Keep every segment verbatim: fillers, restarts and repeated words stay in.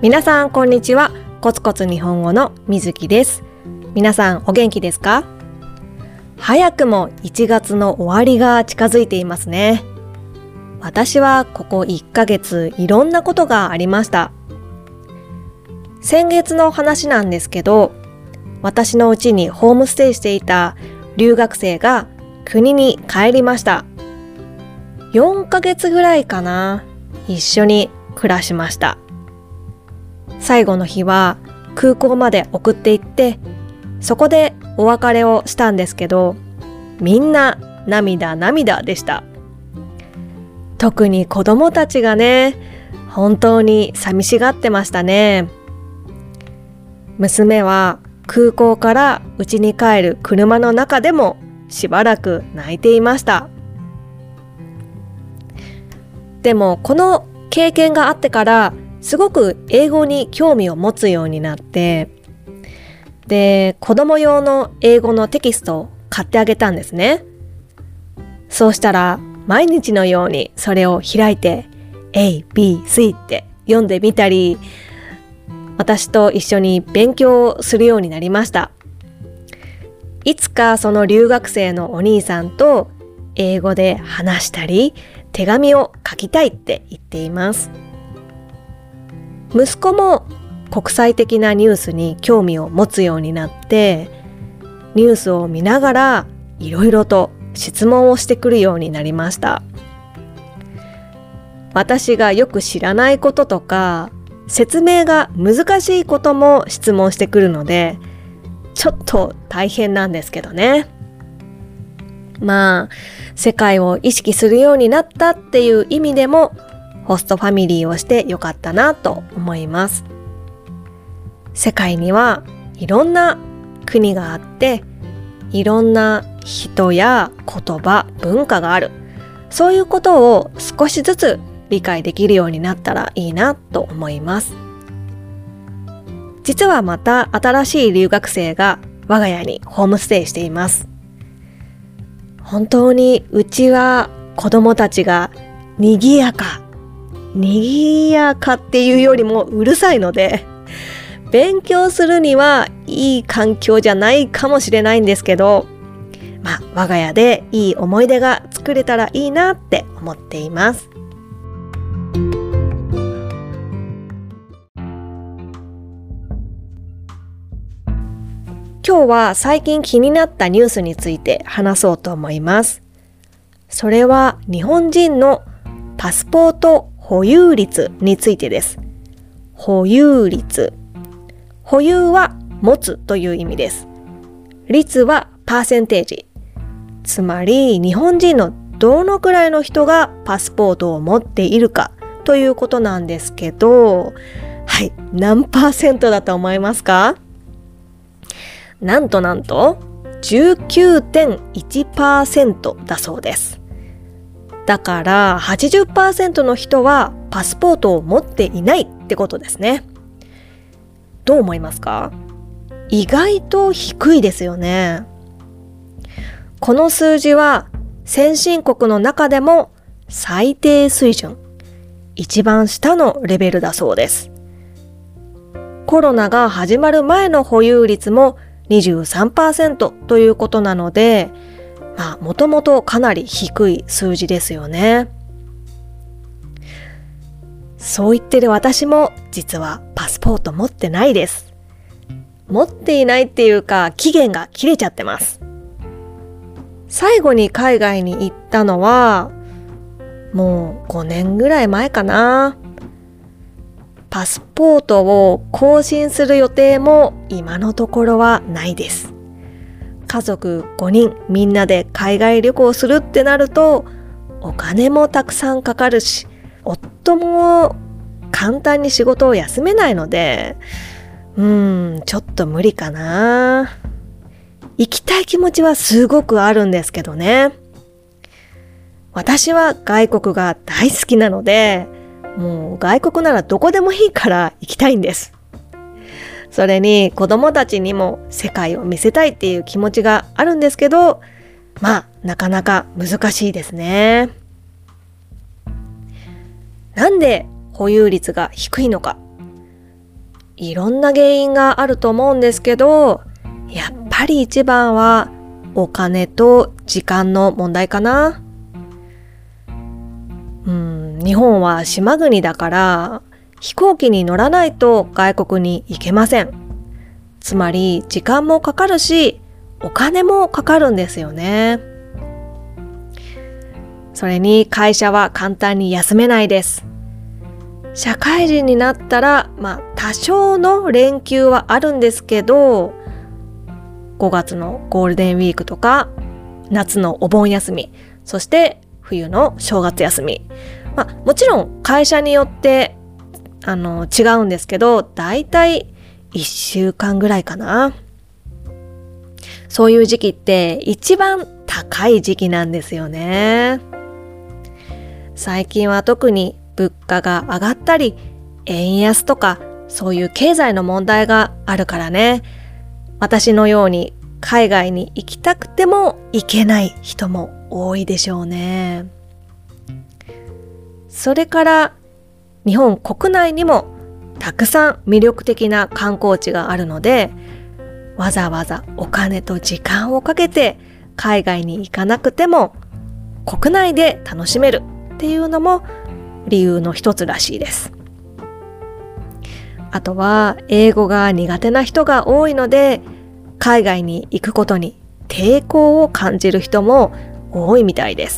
皆さんこんにちは。コツコツ日本語のみずきです。皆さんお元気ですか？早くもいちがつの終わりが近づいていますね。私はここいっかげついろんなことがありました。先月の話なんですけど、私のうちにホームステイしていた留学生が国に帰りました。よんかげつぐらいかな、一緒に暮らしました。最後の日は空港まで送って行って、そこでお別れをしたんですけど、みんな涙涙でした。特に子供たちがね、本当に寂しがってましたね。娘は空港から家に帰る車の中でもしばらく泣いていました。でもこの経験があってからすごく英語に興味を持つようになって、で、子供用の英語のテキストを買ってあげたんですね。そうしたら毎日のようにそれを開いて A、B、C って読んでみたり、私と一緒に勉強をするようになりました。いつかその留学生のお兄さんと英語で話したり、手紙を書きたいって言っています。息子も国際的なニュースに興味を持つようになって、ニュースを見ながらいろいろと質問をしてくるようになりました。私がよく知らないこととか、説明が難しいことも質問してくるので、ちょっと大変なんですけどね。まあ、世界を意識するようになったっていう意味でも、ホストファミリーをしてよかったなと思います。世界にはいろんな国があって、いろんな人や言葉、文化がある。そういうことを少しずつ理解できるようになったらいいなと思います。実はまた新しい留学生が我が家にホームステイしています。本当にうちは子供たちが賑やか。賑やかっていうよりもうるさいので、勉強するにはいい環境じゃないかもしれないんですけど、まあ我が家でいい思い出が作れたらいいなって思っています。今日は最近気になったニュースについて話そうと思います。それは日本人のパスポート保有率についてです。保有率。保有は持つという意味です。率はパーセンテージ。つまり日本人のどのくらいの人がパスポートを持っているかということなんですけど、はい、何パーセントだと思いますか？なんとなんと じゅうきゅうてんいちパーセント だそうです。だからはちじゅっパーセントの人はパスポートを持っていないってことですね。どう思いますか？意外と低いですよね。この数字は先進国の中でも最低水準、一番下のレベルだそうです。コロナが始まる前の保有率も にじゅうさんパーセント ということなので、まあもともとかなり低い数字ですよね。そう言ってる私も実はパスポート持ってないです。持っていないっていうか期限が切れちゃってます。最後に海外に行ったのはもうごねんぐらい前かな。パスポートを更新する予定も今のところはないです。家族ごにんみんなで海外旅行するってなるとお金もたくさんかかるし、夫も簡単に仕事を休めないので、うーん、ちょっと無理かな。行きたい気持ちはすごくあるんですけどね。私は外国が大好きなので、もう外国ならどこでもいいから行きたいんです。それに子供たちにも世界を見せたいっていう気持ちがあるんですけど、まあなかなか難しいですね。なんで保有率が低いのか。 いろんな原因があると思うんですけど、やっぱり一番はお金と時間の問題かな。うん、日本は島国だから飛行機に乗らないと外国に行けません。つまり時間もかかるし、お金もかかるんですよね。それに会社は簡単に休めないです。社会人になったら、まあ多少の連休はあるんですけど、ごがつのゴールデンウィークとか、夏のお盆休み、そして冬の正月休み。まあもちろん会社によってあの違うんですけど、だいたいいっしゅうかんぐらいかな。そういう時期って一番高い時期なんですよね。最近は特に物価が上がったり、円安とかそういう経済の問題があるからね。私のように海外に行きたくても行けない人も多いでしょうね。それから日本国内にもたくさん魅力的な観光地があるので、わざわざお金と時間をかけて海外に行かなくても国内で楽しめるっていうのも理由の一つらしいです。あとは英語が苦手な人が多いので、海外に行くことに抵抗を感じる人も多いみたいです。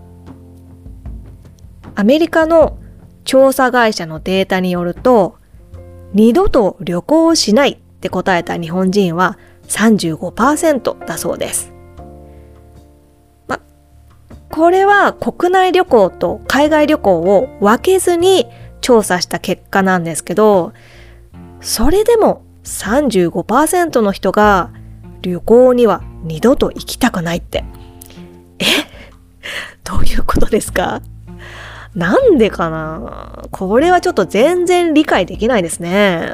アメリカの調査会社のデータによると、二度と旅行をしないって答えた日本人は さんじゅうごパーセント だそうです。ま、これは国内旅行と海外旅行を分けずに調査した結果なんですけど、それでも さんじゅうごパーセント の人が旅行には二度と行きたくないって。え？どういうことですか？なんでかな？これはちょっと全然理解できないですね。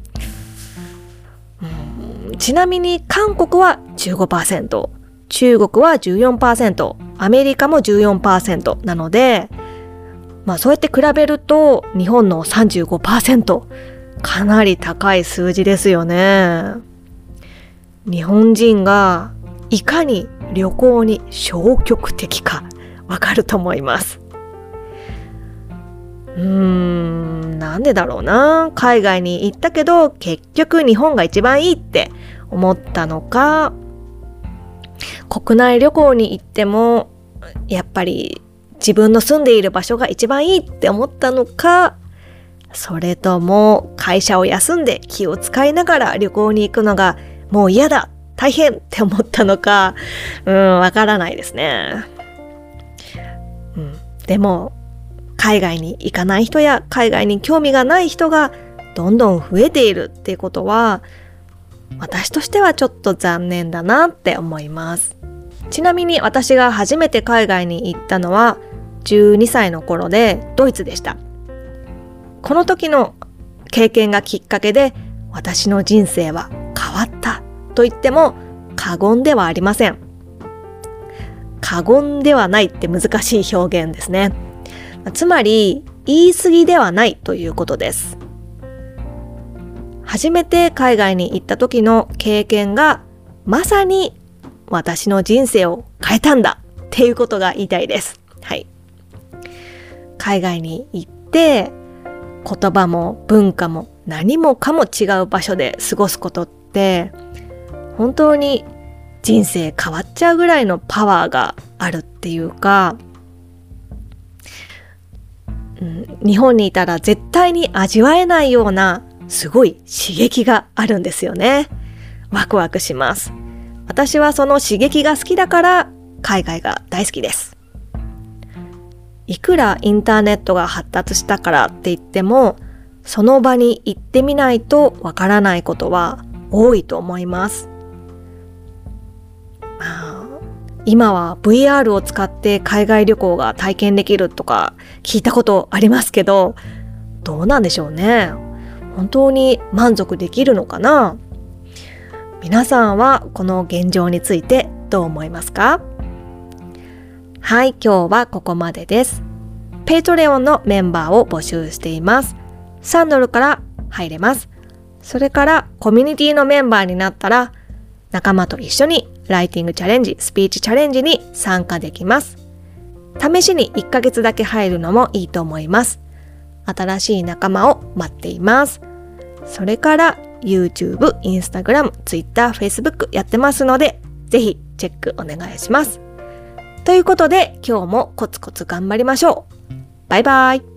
うん、ちなみに韓国は じゅうごパーセント、中国は じゅうよんパーセント、アメリカも じゅうよんパーセント なので、まあそうやって比べると日本の さんじゅうごパーセント、かなり高い数字ですよね。日本人がいかに旅行に消極的かわかると思います。うーん、なんでだろうな。海外に行ったけど結局日本が一番いいって思ったのか、国内旅行に行ってもやっぱり自分の住んでいる場所が一番いいって思ったのか、それとも会社を休んで気を使いながら旅行に行くのがもう嫌だ、大変って思ったのか、うん、わからないですね。うん、でも海外に行かない人や海外に興味がない人がどんどん増えているっていうことは、私としてはちょっと残念だなって思います。ちなみに私が初めて海外に行ったのはじゅうにさいの頃でドイツでした。この時の経験がきっかけで私の人生は変わったと言っても過言ではありません。過言ではないって難しい表現ですね。つまり言い過ぎではないということです。初めて海外に行った時の経験がまさに私の人生を変えたんだっていうことが言いたいです。はい。海外に行って言葉も文化も何もかも違う場所で過ごすことって本当に人生変わっちゃうぐらいのパワーがあるっていうか、うん、日本にいたら絶対に味わえないようなすごい刺激があるんですよね。ワクワクします。私はその刺激が好きだから海外が大好きです。いくらインターネットが発達したからって言っても、その場に行ってみないとわからないことは多いと思います。まあ、今は ブイアール を使って海外旅行が体験できるとか聞いたことありますけど、どうなんでしょうね。本当に満足できるのかな？皆さんはこの現状についてどう思いますか？はい、今日はここまでです。ペイトレオンのメンバーを募集しています。さんドルから入れます。 それからコミュニティのメンバーになったら仲間と一緒にライティングチャレンジ、スピーチチャレンジに参加できます。試しにいっかげつだけ入るのもいいと思います。新しい仲間を待っています。それから YouTube、Instagram、Twitter、Facebook やってますので、ぜひチェックお願いします。ということで今日もコツコツ頑張りましょう。バイバイ。